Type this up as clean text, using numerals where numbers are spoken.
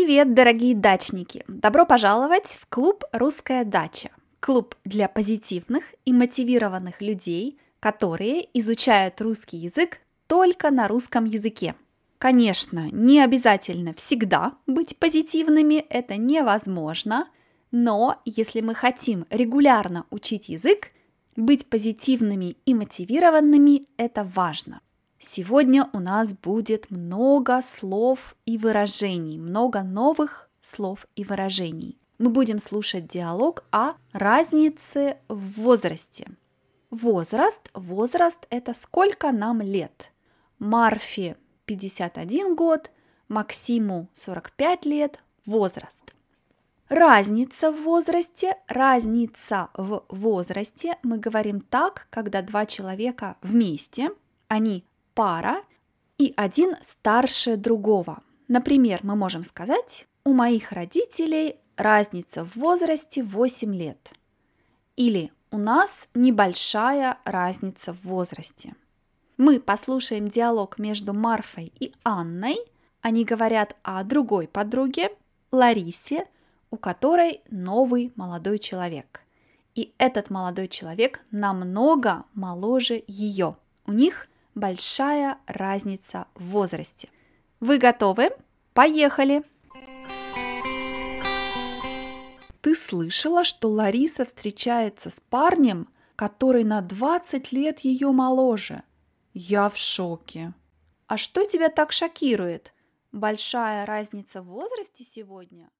Привет, дорогие дачники! Добро пожаловать в клуб «Русская дача». Клуб для позитивных и мотивированных людей, которые изучают русский язык только на русском языке. Конечно, не обязательно всегда быть позитивными, это невозможно, но если мы хотим регулярно учить язык, быть позитивными и мотивированными – это важно. Сегодня у нас будет много слов и выражений, много новых слов и выражений. Мы будем слушать диалог о разнице в возрасте. Возраст – это сколько нам лет. Марфе 51 год, Максиму 45 лет, возраст. Разница в возрасте мы говорим так, когда два человека вместе, они пара, и один старше другого. Например, мы можем сказать: у моих родителей разница в возрасте 8 лет. Или у нас небольшая разница в возрасте. Мы послушаем диалог между Марфой и Анной. Они говорят о другой подруге, Ларисе, у которой новый молодой человек. И этот молодой человек намного моложе ее. У них большая разница в возрасте. Вы готовы? Поехали! Ты слышала, что Лариса встречается с парнем, который на 20 лет ее моложе? Я в шоке. А что тебя так шокирует? Большая разница в возрасте сегодня?